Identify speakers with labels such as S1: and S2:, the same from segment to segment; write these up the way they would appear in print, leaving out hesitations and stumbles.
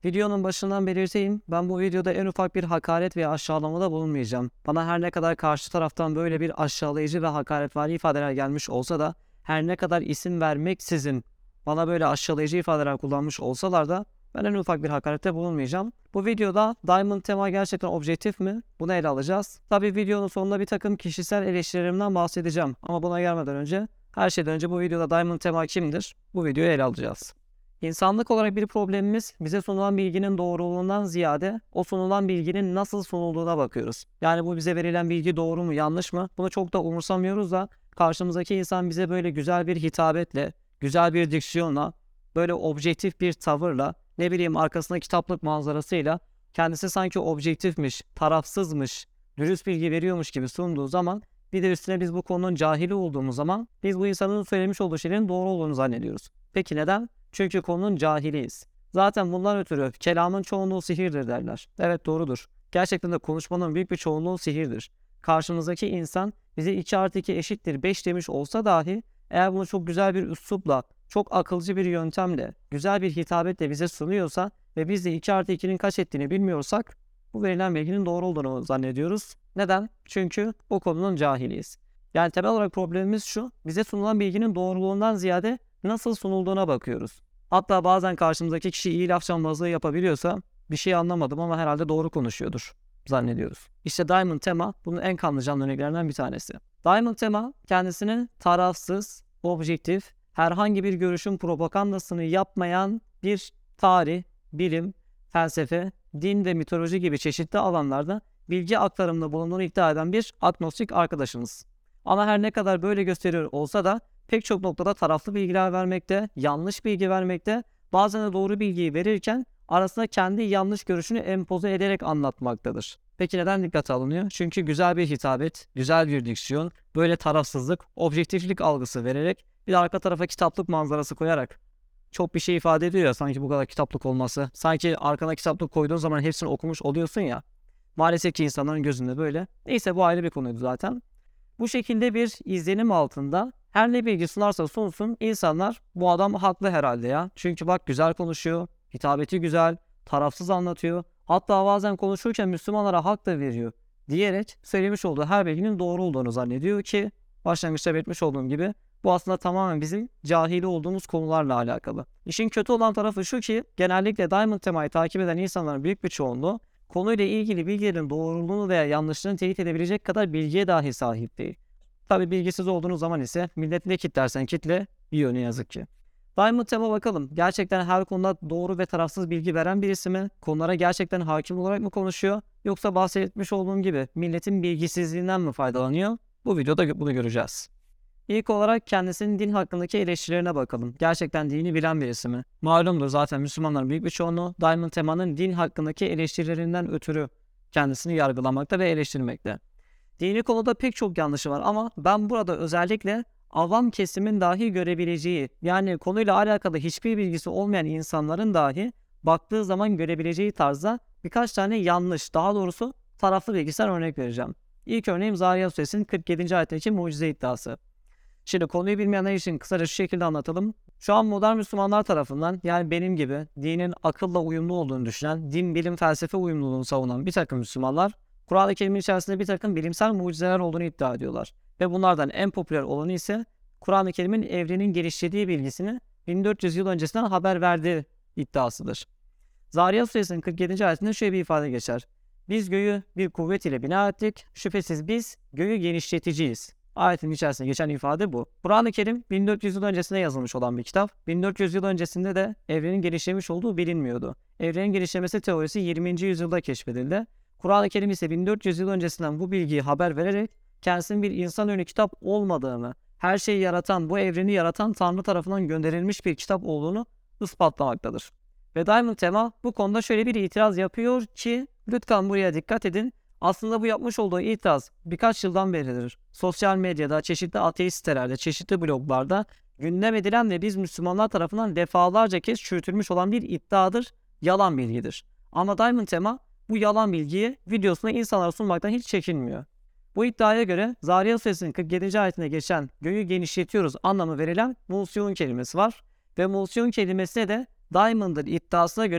S1: Videonun başından belirteyim, ben bu videoda en ufak bir hakaret veya aşağılamada bulunmayacağım. Bana her ne kadar karşı taraftan böyle bir aşağılayıcı ve hakaretvari ifadeler gelmiş olsa da, her ne kadar isim vermeksizin bana böyle aşağılayıcı ifadeler kullanmış olsalar da ben en ufak bir hakarette bulunmayacağım. Bu videoda Diamond tema gerçekten objektif mi? Bunu ele alacağız. Tabii videonun sonunda bir takım kişisel eleştirilerimden bahsedeceğim. Ama buna gelmeden önce, her şeyden önce bu videoda Diamond tema kimdir? Bu videoyu ele alacağız. İnsanlık olarak bir problemimiz bize sunulan bilginin doğruluğundan ziyade o sunulan bilginin nasıl sunulduğuna bakıyoruz. Yani bu bize verilen bilgi doğru mu yanlış mı? Bunu çok da umursamıyoruz da karşımızdaki insan bize böyle güzel bir hitabetle, güzel bir diksiyonla, böyle objektif bir tavırla, ne bileyim arkasında kitaplık manzarasıyla kendisi sanki objektifmiş, tarafsızmış, dürüst bilgi veriyormuş gibi sunduğu zaman bir de üstüne biz bu konunun cahili olduğumuz zaman biz bu insanın söylemiş olduğu şeylerin doğru olduğunu zannediyoruz. Peki neden? Çünkü konunun cahiliyiz. Zaten bundan ötürü kelamın çoğunluğu sihirdir derler. Evet, doğrudur. Gerçekten de konuşmanın büyük bir çoğunluğu sihirdir. Karşımızdaki insan bize 2 artı 2 eşittir 5 demiş olsa dahi eğer bunu çok güzel bir üslupla, çok akılcı bir yöntemle, güzel bir hitabetle bize sunuyorsa ve biz de 2 artı 2'nin kaç ettiğini bilmiyorsak bu verilen bilginin doğru olduğunu zannediyoruz. Neden? Çünkü o konunun cahiliyiz. Yani temel olarak problemimiz şu, bize sunulan bilginin doğruluğundan ziyade nasıl sunulduğuna bakıyoruz. Hatta bazen karşımızdaki kişi iyi laf cambazlığı yapabiliyorsa bir şey anlamadım ama herhalde doğru konuşuyordur zannediyoruz. İşte Diamond tema bunun en kanlı canlı örneklerinden bir tanesi. Diamond tema kendisini tarafsız, objektif, herhangi bir görüşün propagandasını yapmayan bir tarih, bilim, felsefe, din ve mitoloji gibi çeşitli alanlarda bilgi aktarımında bulunduğunu iddia eden bir agnostik arkadaşımız. Ama her ne kadar böyle gösteriyor olsa da pek çok noktada taraflı bilgiler vermekte, yanlış bilgi vermekte, bazen de doğru bilgiyi verirken arasında kendi yanlış görüşünü empoze ederek anlatmaktadır. Peki neden dikkate alınıyor? Çünkü güzel bir hitabet, güzel bir diksiyon, böyle tarafsızlık, objektiflik algısı vererek bir arka tarafa kitaplık manzarası koyarak çok bir şey ifade ediyor ya sanki bu kadar kitaplık olması. Sanki arkana kitaplık koyduğun zaman hepsini okumuş oluyorsun ya. Maalesef ki insanların gözünde böyle. Neyse bu ayrı bir konuydu zaten. Bu şekilde bir izlenim altında her ne bilgi sunarsa sunsun insanlar bu adam haklı herhalde ya. Çünkü bak güzel konuşuyor, hitabeti güzel, tarafsız anlatıyor. Hatta bazen konuşurken Müslümanlara hak da veriyor diyerek söylemiş olduğu her bilginin doğru olduğunu zannediyor ki başlangıçta belirtmiş olduğum gibi bu aslında tamamen bizim cahili olduğumuz konularla alakalı. İşin kötü olan tarafı şu ki genellikle Diamond temayı takip eden insanların büyük bir çoğunluğu konuyla ilgili bilgilerin doğruluğunu veya yanlışlığını teyit edebilecek kadar bilgiye dahi sahip değil. Tabi bilgisiz olduğunuz zaman ise millet ne kitlersen kitle yiyor ne yazık ki. Diamond tema bakalım. Gerçekten her konuda doğru ve tarafsız bilgi veren birisi mi? Konulara gerçekten hakim olarak mı konuşuyor? Yoksa bahsetmiş olduğum gibi milletin bilgisizliğinden mi faydalanıyor? Bu videoda bunu göreceğiz. İlk olarak kendisinin din hakkındaki eleştirilerine bakalım. Gerçekten dini bilen birisi mi? Malumdur zaten Müslümanların büyük bir çoğunluğu Diamond Tema'nın din hakkındaki eleştirilerinden ötürü kendisini yargılamakta ve eleştirmekte. Dini konuda pek çok yanlışı var ama ben burada özellikle avam kesimin dahi görebileceği, yani konuyla alakalı hiçbir bilgisi olmayan insanların dahi baktığı zaman görebileceği tarzda birkaç tane yanlış, daha doğrusu taraflı bilgisel örnek vereceğim. İlk örneğim Zariyat Suresinin 47. ayetteki mucize iddiası. Şimdi konuyu bilmeyenler için kısaca şu şekilde anlatalım. Şu an modern Müslümanlar tarafından, yani benim gibi dinin akılla uyumlu olduğunu düşünen, din, bilim, felsefe uyumluluğunu savunan bir takım Müslümanlar, Kur'an-ı Kerim'in içerisinde bir takım bilimsel mucizeler olduğunu iddia ediyorlar. Ve bunlardan en popüler olanı ise Kur'an-ı Kerim'in evrenin genişlediği bilgisini 1400 yıl öncesinden haber verdiği iddiasıdır. Zariyat Suresinin 47. ayetinde şöyle bir ifade geçer. Biz göğü bir kuvvet ile bina ettik, şüphesiz biz göğü genişleticiyiz. Ayetin içerisinde geçen ifade bu. Kur'an-ı Kerim 1400 yıl öncesinde yazılmış olan bir kitap. 1400 yıl öncesinde de evrenin genişlemiş olduğu bilinmiyordu. Evrenin genişlemesi teorisi 20. yüzyılda keşfedildi. Kur'an-ı Kerim ise 1400 yıl öncesinden bu bilgiyi haber vererek kendisinin bir insan önü kitap olmadığını, her şeyi yaratan, bu evreni yaratan Tanrı tarafından gönderilmiş bir kitap olduğunu ispatlamaktadır. Ve Diamond Tema bu konuda şöyle bir itiraz yapıyor ki lütfen buraya dikkat edin. Aslında bu yapmış olduğu itiraz birkaç yıldan beridir. Sosyal medyada, çeşitli ateist sitelerde, çeşitli bloglarda gündem edilen ve biz Müslümanlar tarafından defalarca kez çürütülmüş olan bir iddiadır, yalan bilgidir. Ama Diamond Tema bu yalan bilgiyi videosunda insanlara sunmaktan hiç çekinmiyor. Bu iddiaya göre Zariyat Suresinin 47. ayetine geçen göğü genişletiyoruz anlamı verilen mulsiyon kelimesi var. Ve mulsiyon kelimesine de Diamond'ın iddiasına göre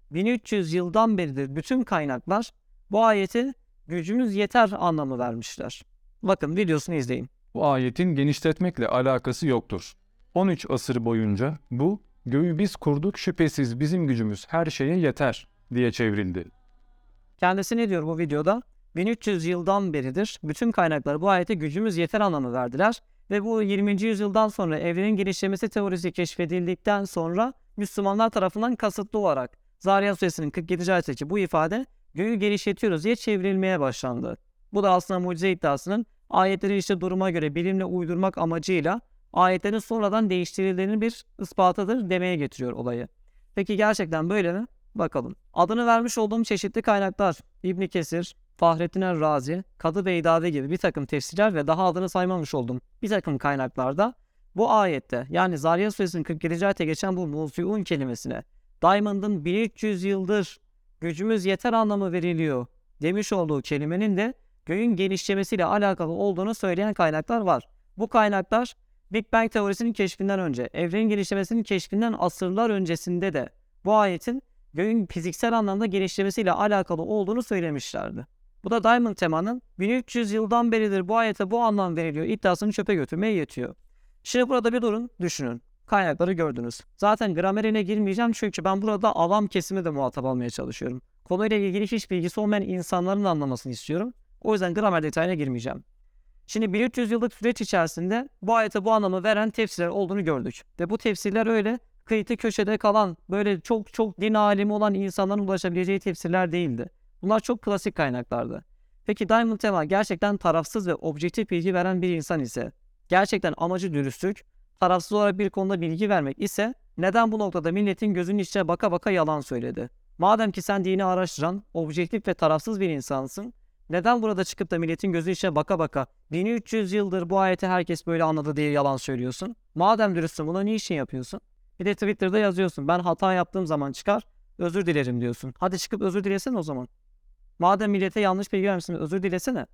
S1: 1300 yıldan beridir bütün kaynaklar bu ayeti gücümüz yeter anlamı vermişler. Bakın videosunu izleyin.
S2: Bu ayetin genişletmekle alakası yoktur. 13 asır boyunca bu göğü biz kurduk şüphesiz bizim gücümüz her şeye yeter diye çevrildi.
S1: Kendisi ne diyor bu videoda? 1300 yıldan beridir bütün kaynaklar bu ayete gücümüz yeter anlamı verdiler. Ve bu 20. yüzyıldan sonra evrenin genişlemesi teorisi keşfedildikten sonra Müslümanlar tarafından kasıtlı olarak Zariyat Suresinin 47. ayetteki bu ifade göğü genişletiyoruz diye çevrilmeye başlandı. Bu da aslında mucize iddiasının ayetleri işte duruma göre bilimle uydurmak amacıyla ayetlerin sonradan değiştirildiğinin bir ispatıdır demeye getiriyor olayı. Peki gerçekten böyle mi? Bakalım. Adını vermiş olduğum çeşitli kaynaklar İbn Kesir, Fahrettin Er-Razi, Kadı Beydavi gibi bir takım tefsirler ve daha adını saymamış olduğum bir takım kaynaklarda bu ayette yani Zariyat Suresinin 47. ayette geçen bu mufiun kelimesine Diamond'ın 1300 yıldır gücümüz yeter anlamı veriliyor demiş olduğu kelimenin de göğün genişlemesiyle alakalı olduğunu söyleyen kaynaklar var. Bu kaynaklar Big Bang teorisinin keşfinden önce, evrenin genişlemesinin keşfinden asırlar öncesinde de bu ayetin göğün fiziksel anlamda genişlemesiyle alakalı olduğunu söylemişlerdi. Bu da Diamond Tema'nın 1300 yıldan beridir bu ayete bu anlam veriliyor iddiasını çöpe götürmeye yetiyor. Şimdi burada bir durun, düşünün. Kaynakları gördünüz. Zaten gramerine girmeyeceğim çünkü ben burada avam kesimi de muhatap almaya çalışıyorum. Konuyla ilgili hiç bilgisi olmayan insanların anlamasını istiyorum. O yüzden gramer detayına girmeyeceğim. Şimdi 1300 yıllık süreç içerisinde bu ayete bu anlamı veren tefsirler olduğunu gördük. Ve bu tefsirler öyle kıyıda köşede kalan böyle çok din alimi olan insanların ulaşabileceği tefsirler değildi. Bunlar çok klasik kaynaklardı. Peki Diamond Tema gerçekten tarafsız ve objektif bilgi veren bir insan ise, gerçekten amacı dürüstlük, tarafsız olarak bir konuda bilgi vermek ise neden bu noktada milletin gözünün içine baka baka yalan söyledi? Madem ki sen dini araştıran, objektif ve tarafsız bir insansın, neden burada çıkıp da milletin gözü içine baka baka 1300 yıldır bu ayeti herkes böyle anladı diye yalan söylüyorsun? Madem dürüstsün bunu niçin yapıyorsun? Bir de Twitter'da yazıyorsun ben hata yaptığım zaman çıkar özür dilerim diyorsun. Hadi çıkıp özür dilesene o zaman. Madem millete yanlış bilgi vermişsin özür dilesene.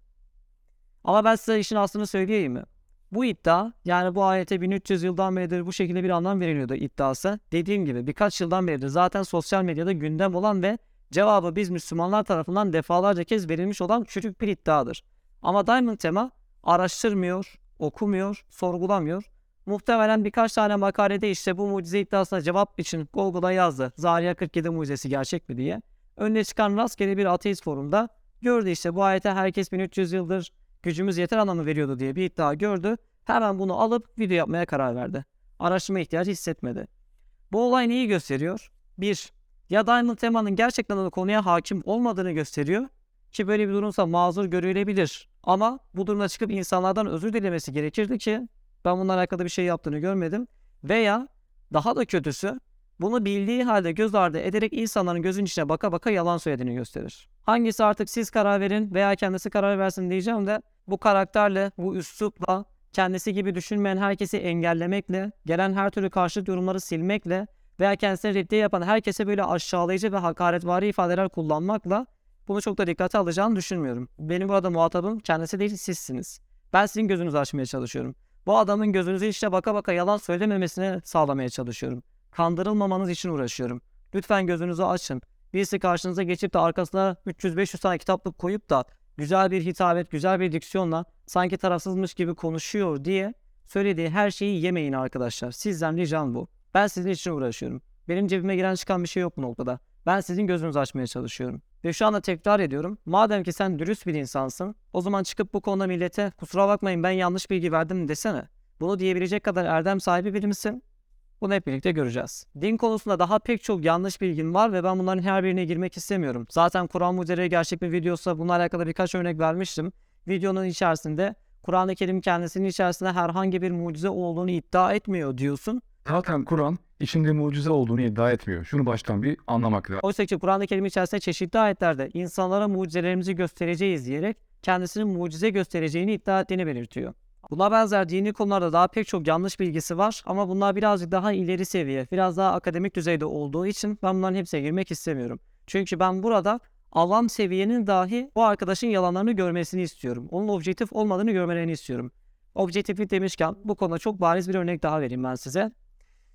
S1: Ama ben size işin aslını söyleyeyim mi? Bu iddia yani bu ayete 1300 yıldan beridir bu şekilde bir anlam veriliyordu iddiası. Dediğim gibi birkaç yıldan beridir zaten sosyal medyada gündem olan ve cevabı biz Müslümanlar tarafından defalarca kez verilmiş olan küçük bir iddiadır. Ama Diamond Tema araştırmıyor, okumuyor, sorgulamıyor. Muhtemelen birkaç tane makalede işte bu mucize iddiasına cevap için Google'a yazdı. Zariyat 47 mucizesi gerçek mi diye. Önüne çıkan rastgele bir ateist forumda gördü işte bu ayete herkes 1300 yıldır gücümüz yeter anlamı veriyordu diye bir iddia gördü. Hemen bunu alıp video yapmaya karar verdi. Araştırma ihtiyacı hissetmedi. Bu olay neyi gösteriyor? 1. Ya Diamond Tema'nın gerçekten o konuya hakim olmadığını gösteriyor ki böyle bir durumsa mazur görülebilir. Ama bu durumda çıkıp insanlardan özür dilemesi gerekirdi ki ben bununla alakalı bir şey yaptığını görmedim. Veya daha da kötüsü bunu bildiği halde göz ardı ederek insanların gözünün içine baka baka yalan söylediğini gösterir. Hangisi artık siz karar verin veya kendisi karar versin diyeceğim de bu karakterle, bu üslupla, kendisi gibi düşünmeyen herkesi engellemekle, gelen her türlü karşıt yorumları silmekle veya kendisine reddiye yapan herkese böyle aşağılayıcı ve hakaretvari ifadeler kullanmakla bunu çok da dikkate alacağını düşünmüyorum. Benim burada muhatabım kendisi değil sizsiniz. Ben sizin gözünüzü açmaya çalışıyorum. Bu adamın gözünüzü işte baka baka yalan söylememesini sağlamaya çalışıyorum. Kandırılmamanız için uğraşıyorum. Lütfen gözünüzü açın. Birisi karşınıza geçip de arkasına 300-500 tane kitaplık koyup da güzel bir hitabet, güzel bir diksiyonla sanki tarafsızmış gibi konuşuyor diye söylediği her şeyi yemeyin arkadaşlar. Sizden ricam bu. Ben sizin için uğraşıyorum. Benim cebime giren çıkan bir şey yok bu noktada. Ben sizin gözünüzü açmaya çalışıyorum. Ve şu anda tekrar ediyorum. Madem ki sen dürüst bir insansın, o zaman çıkıp bu konuda millete kusura bakmayın ben yanlış bilgi verdim desene. Bunu diyebilecek kadar erdem sahibi biri misin? Bunu hep birlikte göreceğiz. Din konusunda daha pek çok yanlış bilgim var ve ben bunların her birine girmek istemiyorum. Zaten Kur'an mucizeleri gerçek bir videosa bununla alakalı birkaç örnek vermiştim. Videonun içerisinde Kur'an-ı Kerim kendisinin içerisinde herhangi bir mucize olduğunu iddia etmiyor diyorsun.
S2: Zaten Kur'an içinde mucize olduğunu iddia etmiyor. Şunu baştan bir anlamak lazım.
S1: Oysa ki Kur'an-ı Kerim içerisinde çeşitli ayetlerde insanlara mucizelerimizi göstereceğiz diyerek kendisinin mucize göstereceğini iddia ettiğini belirtiyor. Buna benzer dini konularda daha pek çok yanlış bilgisi var ama bunlar birazcık daha ileri seviye, biraz daha akademik düzeyde olduğu için ben bunların hepsine girmek istemiyorum. Çünkü ben burada avam seviyenin dahi bu arkadaşın yalanlarını görmesini istiyorum. Onun objektif olmadığını görmelerini istiyorum. Objektiflik demişken bu konuda çok bariz bir örnek daha vereyim ben size.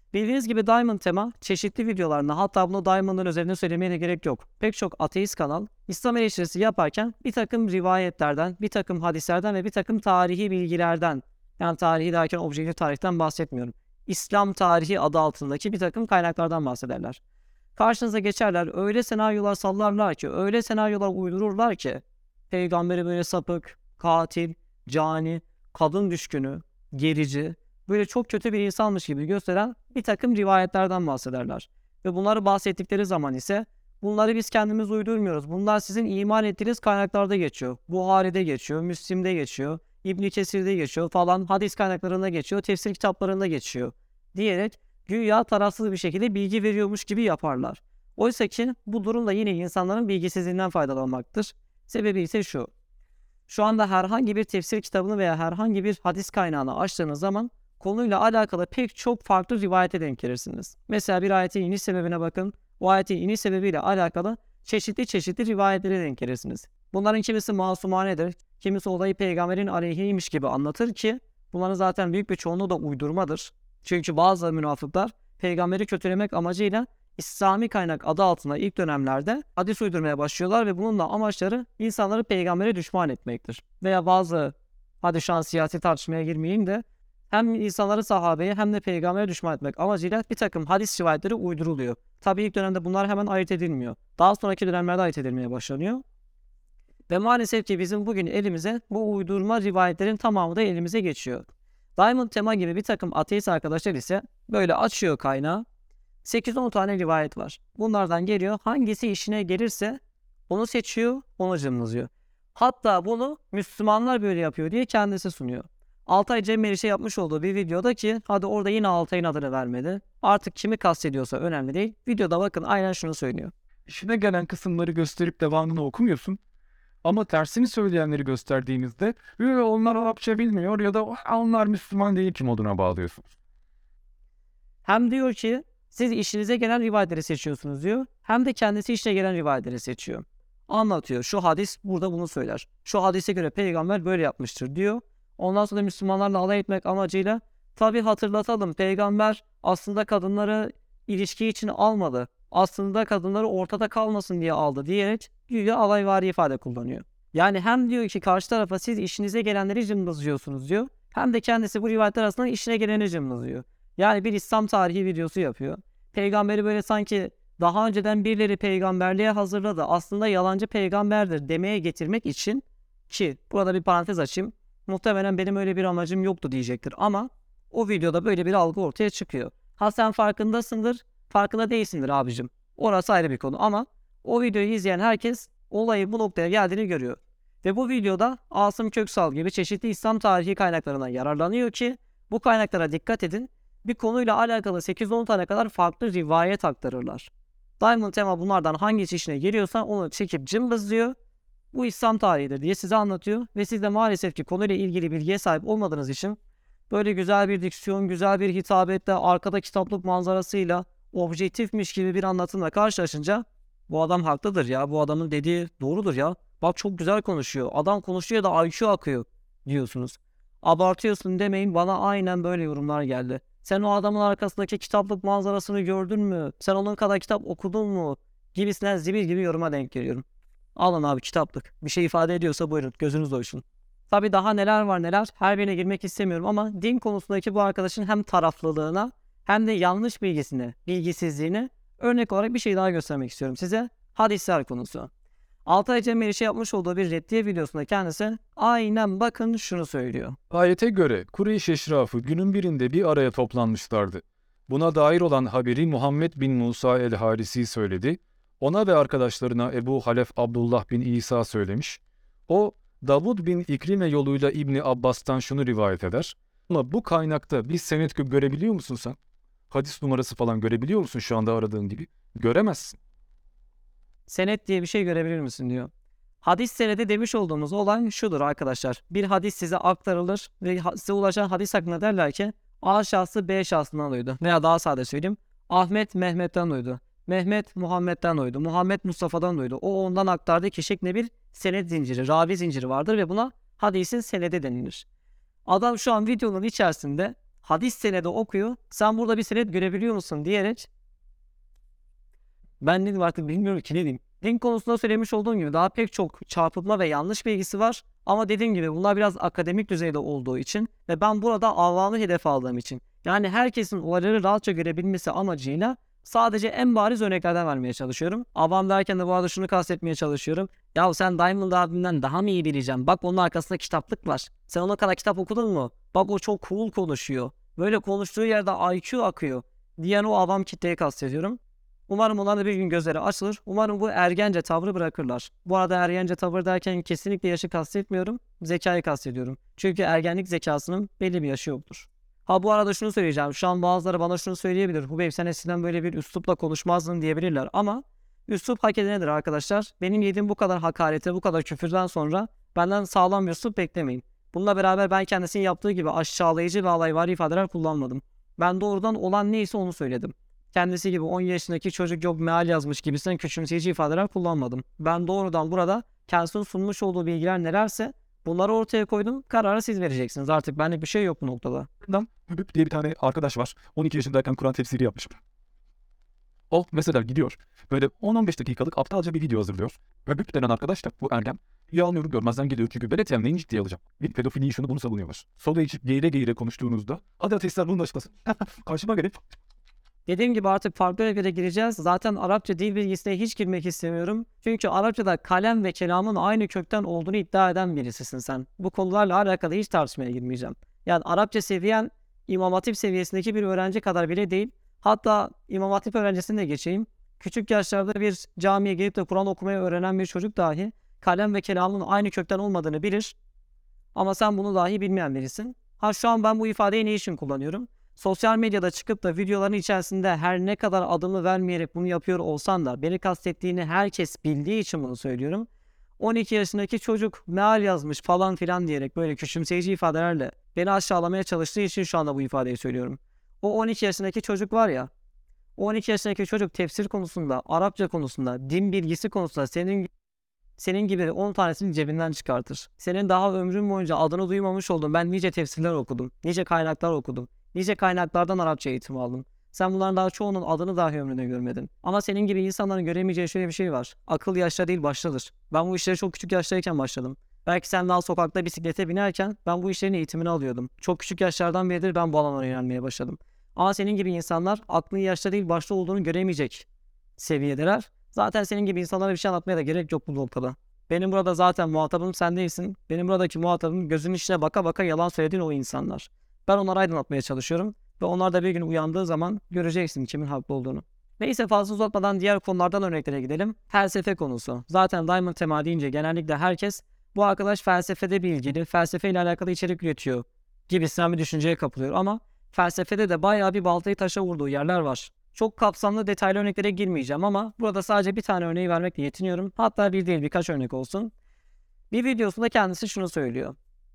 S1: Bildiğiniz gibi Diamond Tema çeşitli videolarında, hatta bunu Diamond'ın üzerine söylemeye de gerek yok, pek çok ateist kanal İslam eleştirisi yaparken bir takım rivayetlerden, bir takım hadislerden ve bir takım tarihi bilgilerden, yani tarihi derken objektif tarihten bahsetmiyorum, İslam tarihi adı altındaki bir takım kaynaklardan bahsederler. Karşınıza geçerler, öyle senaryolar sallarlar ki, öyle senaryolar uydururlar ki peygamberi böyle sapık, katil, cani, kadın düşkünü, gerici, böyle çok kötü bir insanmış gibi gösteren bir takım rivayetlerden bahsederler. Ve bunları bahsettikleri zaman ise bunları biz kendimiz uydurmuyoruz. Bunlar sizin iman ettiğiniz kaynaklarda geçiyor. Buhari'de geçiyor, Müslim'de geçiyor, İbn Kesir'de geçiyor falan, hadis kaynaklarında geçiyor, tefsir kitaplarında geçiyor diyerek güya tarafsız bir şekilde bilgi veriyormuş gibi yaparlar. Oysa ki bu durum da yine insanların bilgisizliğinden faydalanmaktır. Sebebi ise şu. Şu anda herhangi bir tefsir kitabını veya herhangi bir hadis kaynağını açtığınız zaman konuyla alakalı pek çok farklı rivayete denk gelirsiniz. Mesela bir ayetin iniş sebebine bakın. O ayetin iniş sebebiyle alakalı çeşitli rivayetlere denk gelirsiniz. Bunların kimisi masumanedir, kimisi olayı peygamberin aleyhiymiş gibi anlatır ki bunların zaten büyük bir çoğunluğu da uydurmadır. Çünkü bazı münafıklar peygamberi kötülemek amacıyla İslami kaynak adı altında ilk dönemlerde hadis uydurmaya başlıyorlar ve bununla amaçları insanları peygambere düşman etmektir. Veya bazı, hadi şu an siyasi tartışmaya girmeyeyim de, hem insanları sahabeye hem de peygambere düşman etmek amacıyla bir takım hadis rivayetleri uyduruluyor. Tabii ilk dönemde bunlar hemen ayırt edilmiyor. Daha sonraki dönemlerde ayırt edilmeye başlanıyor. Ve maalesef ki bizim bugün elimize bu uydurma rivayetlerin tamamı da elimize geçiyor. Diamond Tema gibi bir takım ateist arkadaşlar ise böyle açıyor kaynağı. 8-10 tane rivayet var. Bunlardan geliyor. Hangisi işine gelirse onu seçiyor, onu cımlızıyor. Hatta bunu Müslümanlar böyle yapıyor diye kendisi sunuyor. Altay Cem Meriç'e yapmış olduğu bir videoda ki hadi orada yine Altay'ın adını vermedi. Artık kimi kastediyorsa önemli değil. Videoda bakın aynen şunu söylüyor.
S2: İşine gelen kısımları gösterip devamını okumuyorsun. Ama tersini söyleyenleri gösterdiğimizde onlar Arapça bilmiyor ya da onlar Müslüman değil ki moduna bağlıyorsunuz.
S1: Hem diyor ki siz işinize gelen rivayetleri seçiyorsunuz diyor. Hem de kendisi işine gelen rivayetleri seçiyor. Anlatıyor. Şu hadis burada bunu söyler. Şu hadise göre peygamber böyle yapmıştır diyor. Ondan sonra Müslümanlarla alay etmek amacıyla tabi hatırlatalım, peygamber aslında kadınları ilişki için almadı. Aslında kadınları ortada kalmasın diye aldı diyerek güya alayvari ifade kullanıyor. Yani hem diyor ki karşı tarafa siz işinize gelenleri cımbızlıyorsunuz diyor. Hem de kendisi bu rivayetler arasında işine geleni cımbızlıyor. Yani bir İslam tarihi videosu yapıyor. Peygamberi böyle sanki daha önceden birileri peygamberliğe hazırladı, aslında yalancı peygamberdir demeye getirmek için, ki burada bir parantez açayım, muhtemelen benim öyle bir amacım yoktu diyecektir ama o videoda böyle bir algı ortaya çıkıyor. Ha sen farkındasındır, farkında değilsindir abicim. Orası ayrı bir konu ama o videoyu izleyen herkes olayı bu noktaya geldiğini görüyor. Ve bu videoda Asım Köksal gibi çeşitli İslam tarihi kaynaklarından yararlanıyor ki bu kaynaklara dikkat edin. Bir konuyla alakalı 8-10 tane kadar farklı rivayet aktarırlar. Diamond Tema bunlardan hangisi işine geliyorsa onu çekip cımbızlıyor. Bu İslam tarihidir diye size anlatıyor ve siz de maalesef ki konuyla ilgili bilgiye sahip olmadığınız için böyle güzel bir diksiyon, güzel bir hitabetle, arkada kitaplık manzarasıyla, objektifmiş gibi bir anlatımla karşılaşınca bu adam haklıdır ya, bu adamın dediği doğrudur ya, bak çok güzel konuşuyor, adam konuşuyor da IQ akıyor diyorsunuz. Abartıyorsun demeyin, bana aynen böyle yorumlar geldi. Sen o adamın arkasındaki kitaplık manzarasını gördün mü? Sen onun kadar kitap okudun mu? Gibisinden zibil gibi yoruma denk geliyorum. Alın abi kitaplık. Bir şey ifade ediyorsa buyurun, gözünüz doysun. Tabii daha neler var neler, her birine girmek istemiyorum ama din konusundaki bu arkadaşın hem taraflılığına hem de yanlış bilgisine, bilgisizliğine örnek olarak bir şey daha göstermek istiyorum size. Hadisler konusu. Altay Cem Meriç'e yapmış olduğu bir reddiye videosunda kendisi aynen bakın şunu söylüyor.
S2: Ayete göre Kureyş eşrafı günün birinde bir araya toplanmışlardı. Buna dair olan haberi Muhammed bin Musa el-Harisi söyledi. Ona ve arkadaşlarına Ebu Halef Abdullah bin İsa söylemiş. O, Davud bin İkrime yoluyla İbni Abbas'tan şunu rivayet eder. Ama bu kaynakta bir senet görebiliyor musun sen? Hadis numarası falan görebiliyor musun şu anda aradığın gibi? Göremezsin.
S1: Senet diye bir şey görebilir misin diyor. Hadis senedi demiş olduğumuz olay şudur arkadaşlar. Bir hadis size aktarılır ve size ulaşan hadis hakkında derler ki A şahsı B şahsından duydu. Veya daha sade söyleyeyim. Ahmet Mehmet'ten duydu. Mehmet Muhammed'den duydu. Muhammed Mustafa'dan duydu. O ondan aktardığı ki şeklinde bir senet zinciri, ravi zinciri vardır ve buna hadisin senedi denilir. Adam şu an videonun içerisinde hadis senedi okuyor. Sen burada bir senet görebiliyor musun diyerek ben dedim artık bilmiyorum ki ne diyeyim. Din konusunda söylemiş olduğum gibi daha pek çok çarpıtma ve yanlış bilgisi var. Ama dediğim gibi bunlar biraz akademik düzeyde olduğu için ve ben burada avamı hedef aldığım için. Yani herkesin olayları rahatça görebilmesi amacıyla sadece en bariz örneklerden vermeye çalışıyorum. Avam derken de bu arada şunu kastetmeye çalışıyorum. Ya sen Diamond abinden daha mı iyi bileceksin? Bak onun arkasında kitaplık var. Sen ona kadar kitap okudun mu? Bak o çok cool konuşuyor. Böyle konuştuğu yerde IQ akıyor diyen o avam kitleyi kastediyorum. Umarım onlar da bir gün gözleri açılır. Umarım bu ergence tavrı bırakırlar. Bu arada ergence tavır derken kesinlikle yaşı kastetmiyorum. Zekayı kastediyorum. Çünkü ergenlik zekasının belli bir yaşı yoktur. Ha bu arada şunu söyleyeceğim. Şu an bazıları bana şunu söyleyebilir. Hubeyb sen eskiden böyle bir üslupla konuşmazdın diyebilirler. Ama üslup hak edinedir arkadaşlar. Benim yediğim bu kadar hakarete, bu kadar küfürden sonra benden sağlam bir üslup beklemeyin. Bununla beraber ben kendisinin yaptığı gibi aşağılayıcı ve alayvari ifadeler kullanmadım. Ben doğrudan olan neyse onu söyledim. Kendisi gibi 10 yaşındaki çocuk yok meal yazmış gibisinden küçümseyici ifadeler kullanmadım. Ben doğrudan burada kendisinin sunmuş olduğu bilgiler nelerse bunları ortaya koydum. Kararı siz vereceksiniz. Artık benlik bir şey yok bu noktada.
S3: Hübüp diye bir tane arkadaş var. 12 yaşındayken Kur'an tefsiri yapmış. O mesela gidiyor. Böyle 10-15 dakikalık aptalca bir video hazırlıyor. Hübüp denen arkadaş da bu ergen. İyi almıyorum görmezden geliyor çünkü velet neyin ciddiye alacağım. Bir pedofili şunu bunu savunuyorlar. Soda içip geğire geğire konuştuğunuzda hadi ateistler bunun açıklasın. Karşıma gelip
S1: Dediğim gibi artık farklı ülkelere gireceğiz. Zaten Arapça dil bilgisine hiç girmek istemiyorum. Çünkü Arapçada kalem ve kelamın aynı kökten olduğunu iddia eden birisisin sen. Bu konularla alakalı hiç tartışmaya girmeyeceğim. Yani Arapça seviyen İmam Hatip seviyesindeki bir öğrenci kadar bile değil. Hatta İmam Hatip öğrencisini de geçeyim. Küçük yaşlarda bir camiye gelip de Kur'an okumayı öğrenen bir çocuk dahi kalem ve kelamın aynı kökten olmadığını bilir. Ama sen bunu dahi bilmeyen birisin. Ha şu an ben bu ifadeyi ne için kullanıyorum? Sosyal medyada çıkıp da videoların içerisinde her ne kadar adımı vermeyerek bunu yapıyor olsan da beni kastettiğini herkes bildiği için bunu söylüyorum. 12 yaşındaki çocuk meal yazmış falan filan diyerek böyle küçümseyici ifadelerle beni aşağılamaya çalıştığı için şu anda bu ifadeyi söylüyorum. O 12 yaşındaki çocuk var ya, o 12 yaşındaki çocuk tefsir konusunda, Arapça konusunda, din bilgisi konusunda senin gibi 10 tanesini cebinden çıkartır. Senin daha ömrün boyunca adını duymamış olduğun ben nice tefsirler okudum, nice kaynaklar okudum. Nice kaynaklardan Arapça eğitim aldım. Sen bunların daha çoğunun adını dahi ömründe görmedin. Ama senin gibi insanların göremeyeceği şöyle bir şey var. Akıl yaşta değil baştadır. Ben bu işlere çok küçük yaştayken başladım. Belki sen daha sokakta bisiklete binerken ben bu işlerin eğitimini alıyordum. Çok küçük yaşlardan beridir ben bu alanlara yönelmeye başladım. Ama senin gibi insanlar aklın yaşta değil başta olduğunu göremeyecek seviyedeler. Zaten senin gibi insanlara bir şey anlatmaya da gerek yok bu noktada. Benim burada zaten muhatabım sen değilsin. Benim buradaki muhatabım gözünün içine baka baka yalan söylediğin o insanlar. Ben onları aydınlatmaya çalışıyorum ve onlar da bir gün uyandığı zaman göreceksin kimin haklı olduğunu. Neyse fazla uzatmadan diğer konulardan örneklere gidelim. Felsefe konusu. Zaten Diamond tema deyince genellikle herkes bu arkadaş felsefede bilgili, felsefeyle alakalı içerik üretiyor gibisinden bir düşünceye kapılıyor ama felsefede de bayağı bir baltayı taşa vurduğu yerler var. Çok kapsamlı detaylı örneklere girmeyeceğim ama burada sadece bir tane örneği vermekle yetiniyorum. Hatta bir değil birkaç örnek olsun. Bir videosunda kendisi şunu söylüyor.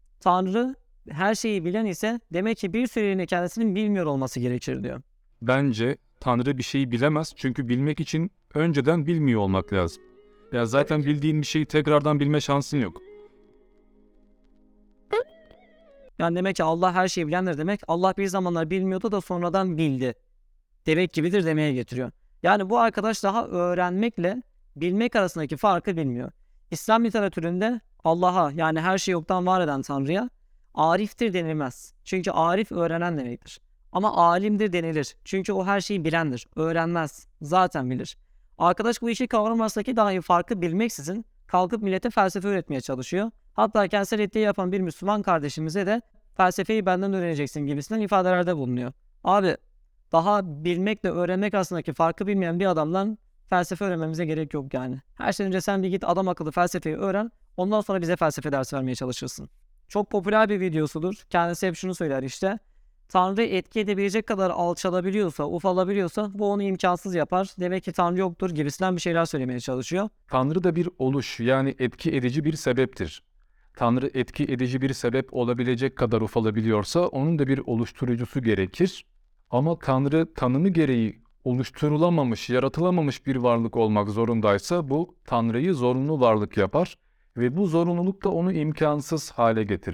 S1: Tanrı her şeyi bilen ise demek ki bir süreliğine kendisinin bilmiyor olması gerekir diyor.
S2: Bence Tanrı bir şeyi bilemez çünkü bilmek için önceden bilmiyor olmak lazım. Ya zaten bildiğin bir şeyi tekrardan bilme şansın yok.
S1: Yani demek ki Allah her şeyi bilendir demek. Allah bir zamanlar bilmiyordu da sonradan bildi. Demek gibidir demeye getiriyor. Yani bu arkadaş daha öğrenmekle bilmek arasındaki farkı bilmiyor. İslam literatüründe Allah'a yani her şeyi yoktan var eden Tanrı'ya ariftir denilmez. Çünkü arif öğrenen demektir. Ama alimdir denilir. Çünkü o her şeyi bilendir. Öğrenmez. Zaten bilir. Arkadaş bu işi kavramasındaki dahi farkı bilmeksizin kalkıp millete felsefe öğretmeye çalışıyor. Hatta kendisi reddiye yapan bir Müslüman kardeşimize de felsefeyi benden öğreneceksin gibisinden ifadelerde bulunuyor. Abi daha bilmekle öğrenmek arasındaki farkı bilmeyen bir adamdan felsefe öğrenmemize gerek yok yani. Her şeyden önce sen bir git adam akıllı felsefeyi öğren. Ondan sonra bize felsefe dersi vermeye çalışırsın. Çok popüler bir videosudur. Kendisi hep şunu söyler işte. Tanrı etki edebilecek kadar alçalabiliyorsa, ufalabiliyorsa bu onu imkansız yapar. Demek ki Tanrı yoktur gibisinden bir şeyler söylemeye çalışıyor.
S2: Tanrı da bir oluş yani etki edici bir sebeptir. Tanrı etki edici bir sebep olabilecek kadar ufalabiliyorsa onun da bir oluşturucusu gerekir. Ama Tanrı tanımı gereği oluşturulamamış, yaratılamamış bir varlık olmak zorundaysa bu Tanrı'yı zorunlu varlık yapar ve bu zorunluluk da onu imkansız hale getirir.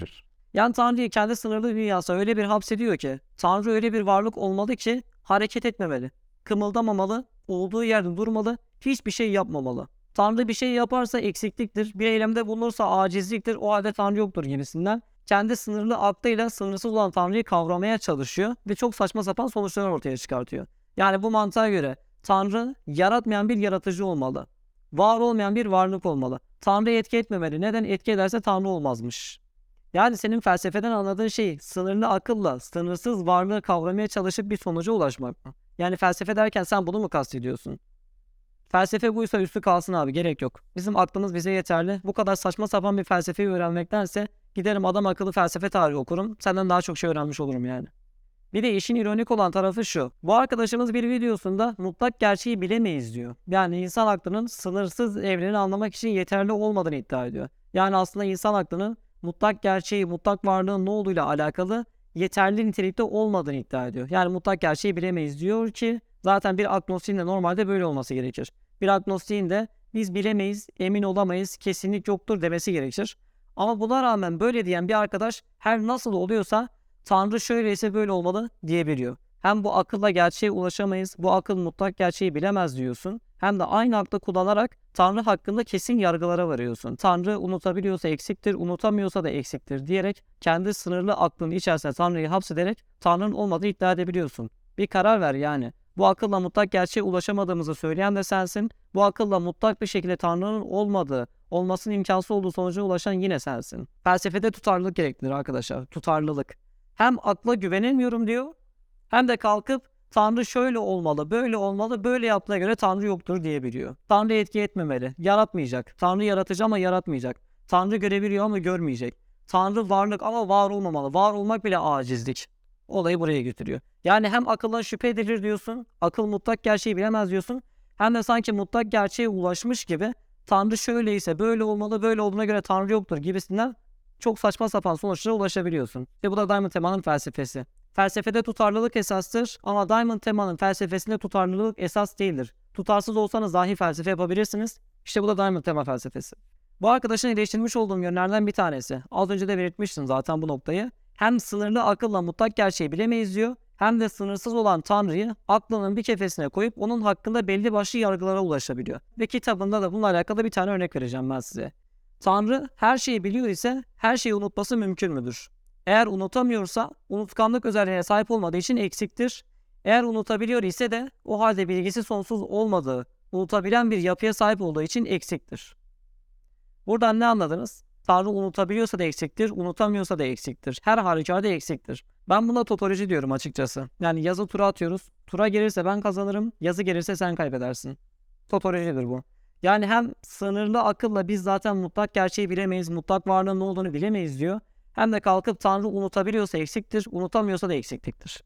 S1: Yani Tanrı'yı kendi sınırlı dünyasına öyle bir hapsediyor ki Tanrı öyle bir varlık olmalı ki hareket etmemeli, kımıldamamalı, olduğu yerde durmalı, hiçbir şey yapmamalı. Tanrı bir şey yaparsa eksikliktir, bir eylemde bulunursa acizliktir, o halde Tanrı yoktur gibisinden. Kendi sınırlı aklıyla sınırsız olan Tanrı'yı kavramaya çalışıyor ve çok saçma sapan sonuçlar ortaya çıkartıyor. Yani bu mantığa göre Tanrı yaratmayan bir yaratıcı olmalı. Var olmayan bir varlık olmalı. Tanrı etki etmemeli. Neden? Etki ederse Tanrı olmazmış. Yani senin felsefeden anladığın şey sınırlı akılla sınırsız varlığı kavramaya çalışıp bir sonuca ulaşmak mı? Yani felsefe derken sen bunu mu kastediyorsun? Felsefe buysa üstü kalsın abi, gerek yok. Bizim aklımız bize yeterli. Bu kadar saçma sapan bir felsefeyi öğrenmektense giderim adam akıllı felsefe tarihi okurum. Senden daha çok şey öğrenmiş olurum yani. Bir de işin ironik olan tarafı şu. Bu arkadaşımız bir videosunda mutlak gerçeği bilemeyiz diyor. Yani insan aklının sınırsız evreni anlamak için yeterli olmadığını iddia ediyor. Yani aslında insan aklının mutlak gerçeği, mutlak varlığın ne olduğuyla alakalı yeterli nitelikte olmadığını iddia ediyor. Yani mutlak gerçeği bilemeyiz diyor ki zaten bir agnostiğin de normalde böyle olması gerekir. Bir agnostiğin de biz bilemeyiz, emin olamayız, kesinlik yoktur demesi gerekir. Ama buna rağmen böyle diyen bir arkadaş her nasıl oluyorsa Tanrı şöyleyse böyle olmalı diyebiliyor. Hem bu akılla gerçeğe ulaşamayız, bu akıl mutlak gerçeği bilemez diyorsun. Hem de aynı aklı kullanarak Tanrı hakkında kesin yargılara varıyorsun. Tanrı unutabiliyorsa eksiktir, unutamıyorsa da eksiktir diyerek kendi sınırlı aklının içerisine Tanrı'yı hapsederek Tanrı'nın olmadığını iddia edebiliyorsun. Bir karar ver yani. Bu akılla mutlak gerçeğe ulaşamadığımızı söyleyen de sensin. Bu akılla mutlak bir şekilde Tanrı'nın olmadığı, olmasının imkansız olduğu sonuca ulaşan yine sensin. Felsefede tutarlılık gerektirir arkadaşlar. Tutarlılık. Hem akla güvenemiyorum diyor, hem de kalkıp Tanrı şöyle olmalı, böyle olmalı, böyle yaptığına göre Tanrı yoktur diyebiliyor. Tanrı etki etmemeli, yaratmayacak. Tanrı yaratıcı ama yaratmayacak. Tanrı görebiliyor ama görmeyecek. Tanrı varlık ama var olmamalı. Var olmak bile acizlik. Olayı buraya götürüyor. Yani hem akıldan şüphe edilir diyorsun, akıl mutlak gerçeği bilemez diyorsun, hem de sanki mutlak gerçeğe ulaşmış gibi Tanrı şöyleyse böyle olmalı, böyle olduğuna göre Tanrı yoktur gibisinden çok saçma sapan sonuçlara ulaşabiliyorsun. İşte bu da Diamond Tema'nın felsefesi. Felsefede tutarlılık esastır ama Diamond Tema'nın felsefesinde tutarlılık esas değildir. Tutarsız olsanız dahi felsefe yapabilirsiniz. İşte bu da Diamond Tema felsefesi. Bu arkadaşın eleştirmiş olduğum yönlerden bir tanesi. Az önce de belirtmiştim zaten bu noktayı. Hem sınırlı akılla mutlak gerçeği bilemeyiz diyor, hem de sınırsız olan Tanrı'yı aklının bir kefesine koyup onun hakkında belli başlı yargılara ulaşabiliyor. Ve kitabında da bununla alakalı bir tane örnek vereceğim ben size. Tanrı her şeyi biliyor ise her şeyi unutması mümkün müdür? Eğer unutamıyorsa unutkanlık özelliğine sahip olmadığı için eksiktir. Eğer unutabiliyor ise de o halde bilgisi sonsuz olmadığı, unutabilen bir yapıya sahip olduğu için eksiktir. Buradan ne anladınız? Tanrı unutabiliyorsa da eksiktir, unutamıyorsa da eksiktir. Her halükarda eksiktir. Ben buna totoloji diyorum açıkçası. Yani yazı tura atıyoruz. Tura gelirse ben kazanırım, yazı gelirse sen kaybedersin. Totolojidir bu. Yani hem sınırlı akılla biz zaten mutlak gerçeği bilemeyiz, mutlak varlığın ne olduğunu bilemeyiz diyor. Hem de kalkıp Tanrı unutabiliyorsa eksiktir, unutamıyorsa da eksikliktir.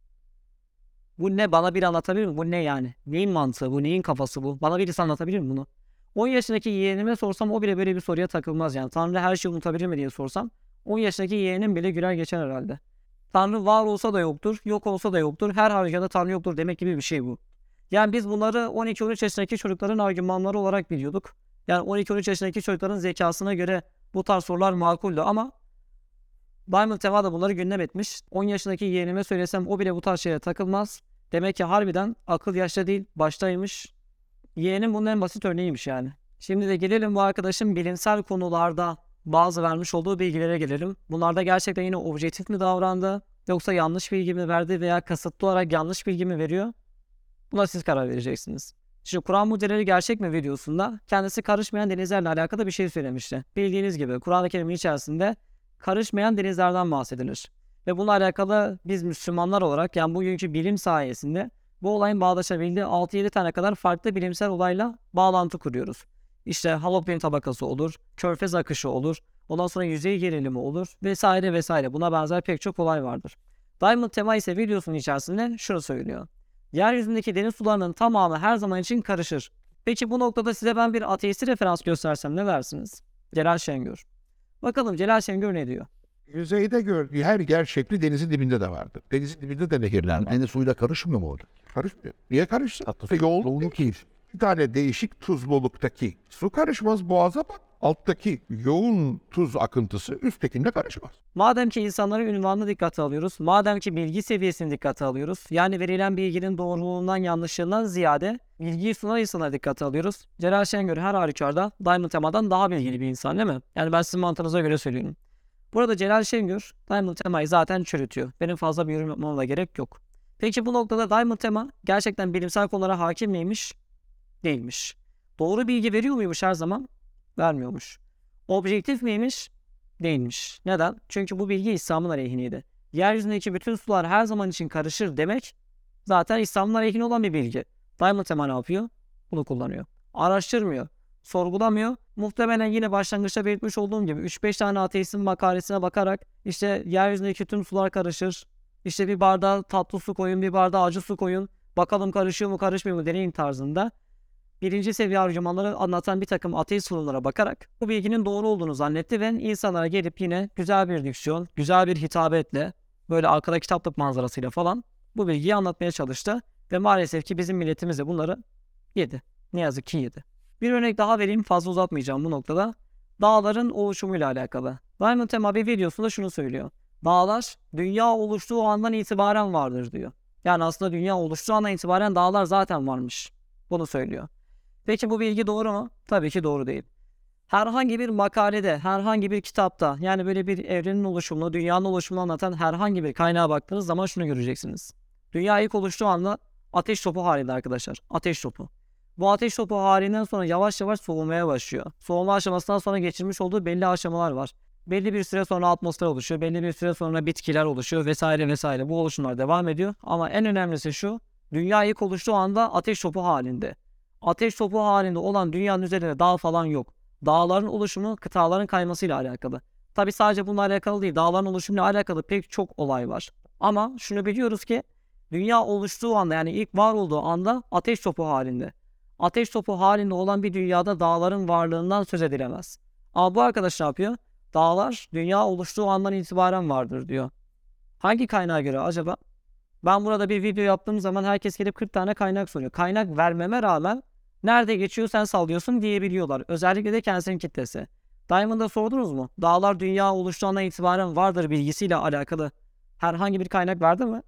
S1: Bu ne? Bana biri anlatabilir mi? Bu ne yani? Neyin mantığı bu? Neyin kafası bu? Bana birisi anlatabilir mi bunu? 10 yaşındaki yeğenime sorsam o bile böyle bir soruya takılmaz yani. Tanrı her şeyi unutabilir mi diye sorsam 10 yaşındaki yeğenim bile güler geçer herhalde. Tanrı var olsa da yoktur, yok olsa da yoktur, her halükarda Tanrı yoktur demek gibi bir şey bu. Yani biz bunları 12-13 yaşındaki çocukların argümanları olarak biliyorduk. Yani 12-13 yaşındaki çocukların zekasına göre bu tarz sorular makuldü ama Diamond Tema da bunları gündem etmiş. 10 yaşındaki yeğenime söylesem o bile bu tarz şeye takılmaz. Demek ki harbiden akıl yaşta değil baştaymış. Yeğenim bunun en basit örneğiymiş yani. Şimdi de gelelim bu arkadaşın bilimsel konularda bazı vermiş olduğu bilgilere gelelim. Bunlarda gerçekten yine objektif mi davrandı yoksa yanlış bilgi mi verdi veya kasıtlı olarak yanlış bilgi mi veriyor? Buna siz karar vereceksiniz. Şimdi Kur'an mucizeleri gerçek mi videosunda kendisi karışmayan denizlerle alakalı bir şey söylemişti. Bildiğiniz gibi Kur'an-ı Kerim'in içerisinde karışmayan denizlerden bahsedilir. Ve bununla alakalı biz Müslümanlar olarak yani bugünkü bilim sayesinde bu olayın bağdaşabildiği 6-7 tane kadar farklı bilimsel olayla bağlantı kuruyoruz. İşte halogren tabakası olur, körfez akışı olur, ondan sonra yüzey gerilimi olur vesaire vesaire. Buna benzer pek çok olay vardır. Diamond Tema ise videosunun içerisinde şunu söylüyor. Yeryüzündeki deniz sularının tamamı her zaman için karışır. Peki bu noktada size ben bir ateisti referans göstersem ne dersiniz? Celal Şengör. Bakalım Celal Şengör ne diyor?
S4: Yüzeyde gördüğü her yer şekli denizin dibinde de vardır. Denizin dibinde de nehirler var.
S5: Deniz suyla karışmıyor mu orada?
S4: Karışmıyor. Niye karışsın?
S5: Tatlı su.
S4: Yoğunluk değil. Bir tane değişik tuzluluktaki su karışmaz, boğaza bak. alttaki yoğun tuz akıntısı üsttekinde karışmaz.
S1: Madem ki insanların ünvanını dikkate alıyoruz, madem ki bilgi seviyesini dikkate alıyoruz, yani verilen bilginin doğruluğundan yanlışlığından ziyade bilgiyi sunan insanlara dikkate alıyoruz. Celal Şengör her halükarda Diamond Tema'dan daha bilgili bir insan değil mi? Yani ben sizin mantığınıza göre söylüyorum. Burada Celal Şengör Diamond Tema'yı zaten çürütüyor. Benim fazla bir yorum yapmama da gerek yok. Peki bu noktada Diamond Tema gerçekten bilimsel konulara hakim miymiş? Değilmiş. Doğru bilgi veriyor muymuş her zaman? Vermiyormuş. Objektif miymiş? Değilmiş. Neden? Çünkü bu bilgi İslam'ın aleyhineydi. Yeryüzündeki bütün sular her zaman için karışır demek zaten İslam'ın aleyhine olan bir bilgi. Diamond Tema ne yapıyor? Bunu kullanıyor. Araştırmıyor. Sorgulamıyor. Muhtemelen yine başlangıçta belirtmiş olduğum gibi 3-5 tane ateistin makalesine bakarak işte yeryüzündeki tüm sular karışır. İşte bir bardağa tatlı su koyun, bir bardağa acı su koyun. Bakalım karışıyor mu karışmıyor mu deneyin tarzında. Birinci seviye argümanları anlatan bir takım ateist sunumlara bakarak bu bilginin doğru olduğunu zannetti ve insanlara gelip yine güzel bir diksiyon, güzel bir hitabetle, böyle arkada kitaplık manzarasıyla falan bu bilgiyi anlatmaya çalıştı. Ve maalesef ki bizim milletimiz de bunları yedi. Ne yazık ki yedi. Bir örnek daha vereyim, fazla uzatmayacağım bu noktada. Dağların oluşumuyla alakalı. Diamond Tema bir videosunda şunu söylüyor. Dağlar dünya oluştuğu andan itibaren vardır diyor. Yani aslında dünya oluştuğu andan itibaren dağlar zaten varmış. Bunu söylüyor. Peki bu bilgi doğru mu? Tabii ki doğru değil. Herhangi bir makalede, herhangi bir kitapta, yani böyle bir evrenin oluşumunu, dünyanın oluşumunu anlatan herhangi bir kaynağa baktığınız zaman şunu göreceksiniz. Dünya ilk oluştuğu anda ateş topu halinde arkadaşlar. Ateş topu. Bu ateş topu halinden sonra yavaş yavaş soğumaya başlıyor. Soğuma aşamasından sonra geçirmiş olduğu belli aşamalar var. Belli bir süre sonra atmosfer oluşuyor, belli bir süre sonra bitkiler oluşuyor vesaire vesaire. Bu oluşumlar devam ediyor. Ama en önemlisi şu, dünya ilk oluştuğu anda ateş topu halinde. Ateş topu halinde olan dünyanın üzerinde dağ falan yok. Dağların oluşumu kıtaların kaymasıyla alakalı. Tabi sadece bununla alakalı değil. Dağların oluşumuyla alakalı pek çok olay var. Ama şunu biliyoruz ki dünya oluştuğu anda, yani ilk var olduğu anda ateş topu halinde. Ateş topu halinde olan bir dünyada dağların varlığından söz edilemez. Ama bu arkadaş ne yapıyor? Dağlar dünya oluştuğu andan itibaren vardır diyor. Hangi kaynağa göre acaba? Ben burada bir video yaptığım zaman herkes gelip 40 tane kaynak soruyor. Kaynak vermeme rağmen nerede geçiyor sen sallıyorsun diyebiliyorlar. Özellikle de kendisinin kitlesi. Diamond'a sordunuz mu? Dağlar dünya oluştuğundan itibaren vardır bilgisiyle alakalı herhangi bir kaynak verdi mi?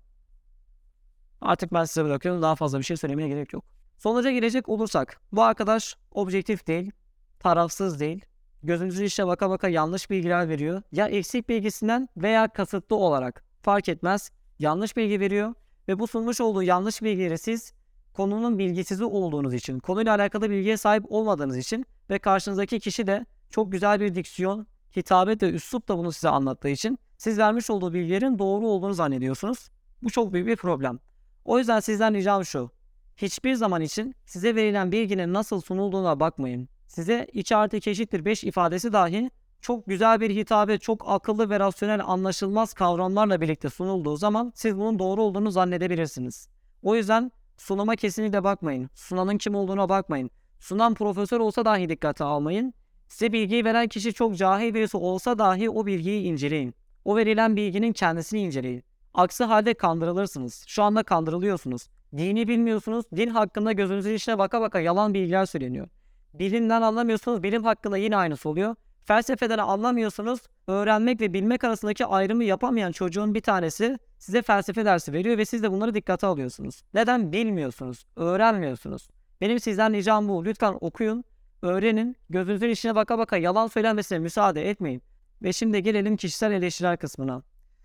S1: Artık ben size bırakıyorum. Daha fazla bir şey söylemeye gerek yok. Sonuca gelecek olursak bu arkadaş objektif değil, tarafsız değil. Gözünüzün içine baka baka yanlış bilgiler veriyor. Ya eksik bilgisinden veya kasıtlı olarak fark etmez. Yanlış bilgi veriyor ve bu sunmuş olduğu yanlış bilgileri siz konunun bilgisizi olduğunuz için, konuyla alakalı bilgiye sahip olmadığınız için ve karşınızdaki kişi de çok güzel bir diksiyon, hitabet ve üslupla bunu size anlattığı için siz vermiş olduğu bilgilerin doğru olduğunu zannediyorsunuz. Bu çok büyük bir problem. O yüzden sizden ricam şu. Hiçbir zaman için size verilen bilginin nasıl sunulduğuna bakmayın. Size 2 artı 2 eşittir 5 ifadesi dahi çok güzel bir hitabet, çok akıllı ve rasyonel anlaşılmaz kavramlarla birlikte sunulduğu zaman siz bunun doğru olduğunu zannedebilirsiniz. O yüzden sunuma kesinlikle bakmayın. Sunanın kim olduğuna bakmayın. Sunan profesör olsa dahi dikkate almayın. Size bilgiyi veren kişi çok cahil birisi olsa dahi o bilgiyi inceleyin. O verilen bilginin kendisini inceleyin. Aksi halde kandırılırsınız. Şu anda kandırılıyorsunuz. Dini bilmiyorsunuz. Din hakkında gözünüzün içine baka baka yalan bilgiler söyleniyor. Bilimden anlamıyorsunuz. Bilim hakkında yine aynısı oluyor. Felsefeden anlamıyorsunuz. Öğrenmek ve bilmek arasındaki ayrımı yapamayan çocuğun bir tanesi size felsefe dersi veriyor ve siz de bunları dikkate alıyorsunuz. Neden? Bilmiyorsunuz. Öğrenmiyorsunuz. Benim sizden ricam bu. Lütfen okuyun, öğrenin. Gözünüzün içine baka baka yalan söylenmesine müsaade etmeyin. Ve şimdi gelelim kişisel eleştiriler kısmına.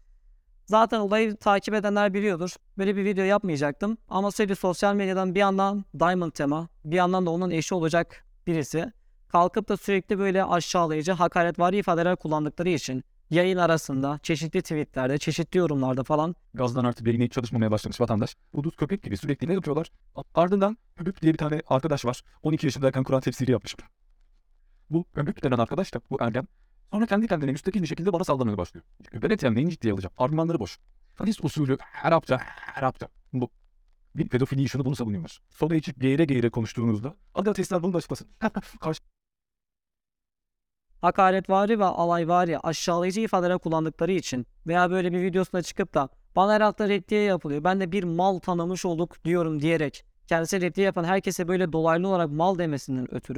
S1: Zaten olayı takip edenler biliyordur. Böyle bir video yapmayacaktım. Ama sürekli sosyal medyadan bir yandan Diamond Tema, bir yandan da onun eşi olacak birisi kalkıp da sürekli böyle aşağılayıcı, hakaretvari ifadeler kullandıkları için yayın arasında, çeşitli tweetlerde, çeşitli yorumlarda falan
S3: Gazdan artık beynine hiç çalışmamaya başlamış vatandaş. Kuduz köpek gibi sürekli ne yapıyorlar? Ardından Höbüp diye bir tane arkadaş var. 12 yaşındayken Kur'an tefsiri yapmış. Bu Höbüp denen arkadaş da bu ergen. Sonra kendi kendine müstakil bir şekilde bana sallamaya başlıyor. Ben Ethem neyin ciddiye alacağım? Argümanları boş. Hadis usulü Arapça. Bu bir pedofili işini bunu savunuyorlar. Soda içip geğire geğire konuştuğunuzda hadi ateistler bunu da açıklasın. Karşı
S1: hakaretvari ve alayvari, aşağılayıcı ifadeler kullandıkları için veya böyle bir videosuna çıkıp da bana her hafta reddiye yapılıyor, ben de bir mal tanımış olduk diyorum diyerek kendisi reddiye yapan herkese böyle dolaylı olarak mal demesinden ötürü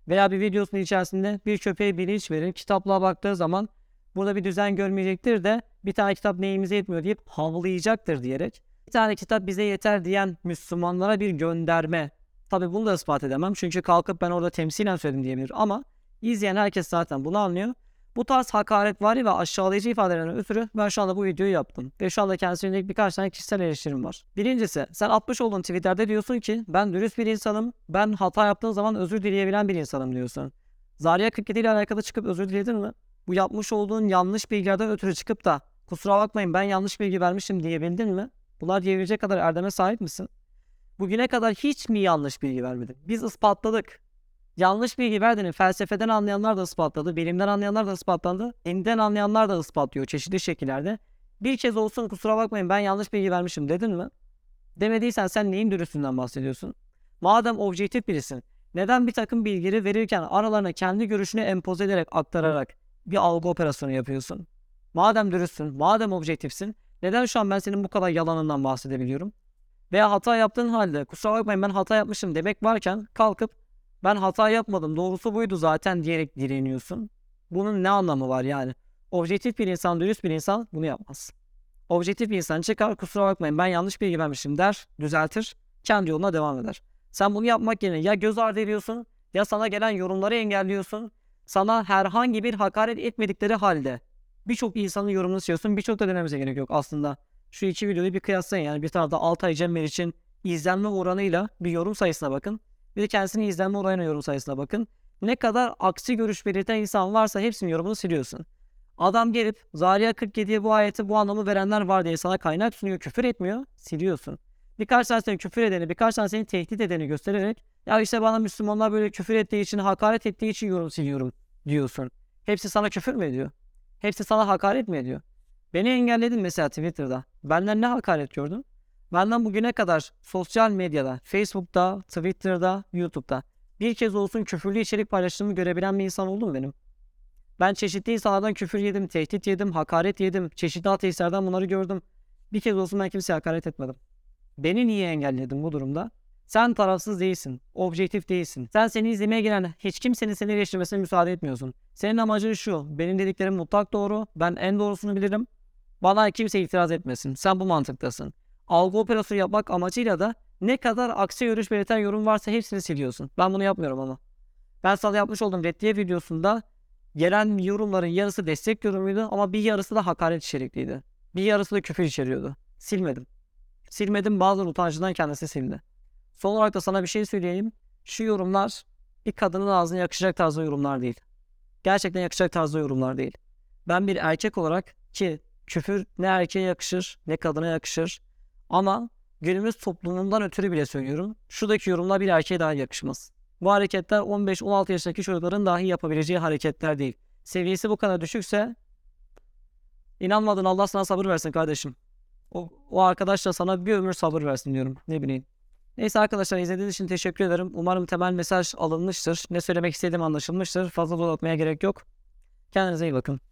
S1: Veya bir videosunun içerisinde bir köpeğe bilinç verir. Kitaplığa baktığı zaman burada bir düzen görmeyecektir de bir tane kitap neyimize yetmiyor deyip havlayacaktır diyerek. Bir tane kitap bize yeter diyen Müslümanlara bir gönderme. Tabi bunu da ispat edemem. Çünkü kalkıp ben orada temsilen söyledim diyebilir. Ama izleyen herkes zaten bunu anlıyor. Bu tarz hakaretvari ve aşağılayıcı ifadelerine ötürü ben şu anda bu videoyu yaptım. Ve şu anda kendisine yönelik birkaç tane kişisel eleştirim var. Birincisi, sen atmış olduğun tweetlerde diyorsun ki ben dürüst bir insanım, ben hata yaptığım zaman özür dileyebilen bir insanım diyorsun. Zarya 47 ile alakalı çıkıp özür diledin mi? Bu yapmış olduğun yanlış bilgilerden ötürü çıkıp da kusura bakmayın ben yanlış bilgi vermişim diyebildin mi? Bunlar diyebilecek kadar erdeme sahip misin? Bugüne kadar hiç mi yanlış bilgi vermedin? Biz ispatladık. Yanlış bilgi verdiğini felsefeden anlayanlar da ispatladı, bilimden anlayanlar da ispatladı, dinden anlayanlar da ispatlıyor çeşitli şekillerde. Bir kez olsun kusura bakmayın ben yanlış bilgi vermişim dedin mi? Demediysen sen neyin dürüstlüğünden bahsediyorsun? Madem objektif birisin, neden bir takım bilgileri verirken aralarına kendi görüşünü empoze ederek aktararak bir algı operasyonu yapıyorsun? Madem dürüstsün, madem objektifsin, neden şu an ben senin bu kadar yalanından bahsedebiliyorum? Veya hata yaptığın halde kusura bakmayın ben hata yapmışım demek varken kalkıp ben hata yapmadım doğrusu buydu zaten diyerek direniyorsun. Bunun ne anlamı var yani? Objektif bir insan, dürüst bir insan bunu yapmaz. Objektif bir insan çıkar kusura bakmayın ben yanlış bilgi vermişim der, düzeltir, kendi yoluna devam eder. Sen bunu yapmak yerine ya göz ardı ediyorsun ya sana gelen yorumları engelliyorsun. Sana herhangi bir hakaret etmedikleri halde birçok insanın yorumunu siliyorsun. Birçok da denememize gerek yok aslında. Şu iki videoyu bir kıyaslayın yani bir tarafta Altay Cem Meriç'in izlenme oranıyla bir yorum sayısına bakın. Bir de kendisinin izlenme oranına yorum sayısına bakın. Ne kadar aksi görüş belirten insan varsa hepsinin yorumunu siliyorsun. Adam gelip Zarya 47'ye bu ayeti bu anlamı verenler var diye sana kaynak sunuyor, küfür etmiyor, siliyorsun. Birkaç tane seni küfür edeni, birkaç tane seni tehdit edeni göstererek ya işte bana Müslümanlar böyle küfür ettiği için, hakaret ettiği için yorum siliyorum diyorsun. Hepsi sana küfür mü ediyor? Hepsi sana hakaret mi ediyor? Beni engelledin mesela Twitter'da. Benden ne hakaret gördün? Benden bugüne kadar sosyal medyada, Facebook'ta, Twitter'da, YouTube'da bir kez olsun küfürlü içerik paylaştığımı görebilen bir insan oldu mu benim? Ben çeşitli insanlardan küfür yedim, tehdit yedim, hakaret yedim. Çeşitli ateistlerden bunları gördüm. Bir kez olsun ben kimseye hakaret etmedim. Beni niye engelledin bu durumda? Sen tarafsız değilsin, objektif değilsin. Sen seni izlemeye gelen hiç kimsenin seni eleştirmesine müsaade etmiyorsun. Senin amacın şu, benim dediklerim mutlak doğru, ben en doğrusunu bilirim. Bana kimse itiraz etmesin. Sen bu mantıktasın. Algı operasyonu yapmak amacıyla da ne kadar aksi görüş belirten yorum varsa hepsini siliyorsun. Ben bunu yapmıyorum ama. Ben sana yapmış olduğum reddiye videosunda gelen yorumların yarısı destek yorumuydu ama bir yarısı da hakaret içerikliydi. Bir yarısı da küfür içeriyordu. Silmedim. Silmedim bazen utancından kendisi sildi. Son olarak da sana bir şey söyleyeyim. Şu yorumlar bir kadının ağzına yakışacak tarzda yorumlar değil. Gerçekten yakışacak tarzda yorumlar değil. Ben bir erkek olarak ki küfür ne erkeğe yakışır ne kadına yakışır. Ama günümüz toplumundan ötürü bile söylüyorum. Şuradaki yorumlar bir erkeğe daha yakışmaz. Bu hareketler 15-16 yaşındaki çocukların dahi yapabileceği hareketler değil. Seviyesi bu kadar düşükse inanmadın Allah sana sabır versin kardeşim. O arkadaş da sana bir ömür sabır versin diyorum. Ne bileyim. Neyse arkadaşlar izlediğiniz için teşekkür ederim. Umarım temel mesaj alınmıştır. Ne söylemek istediğim anlaşılmıştır. Fazla uzatmaya gerek yok. Kendinize iyi bakın.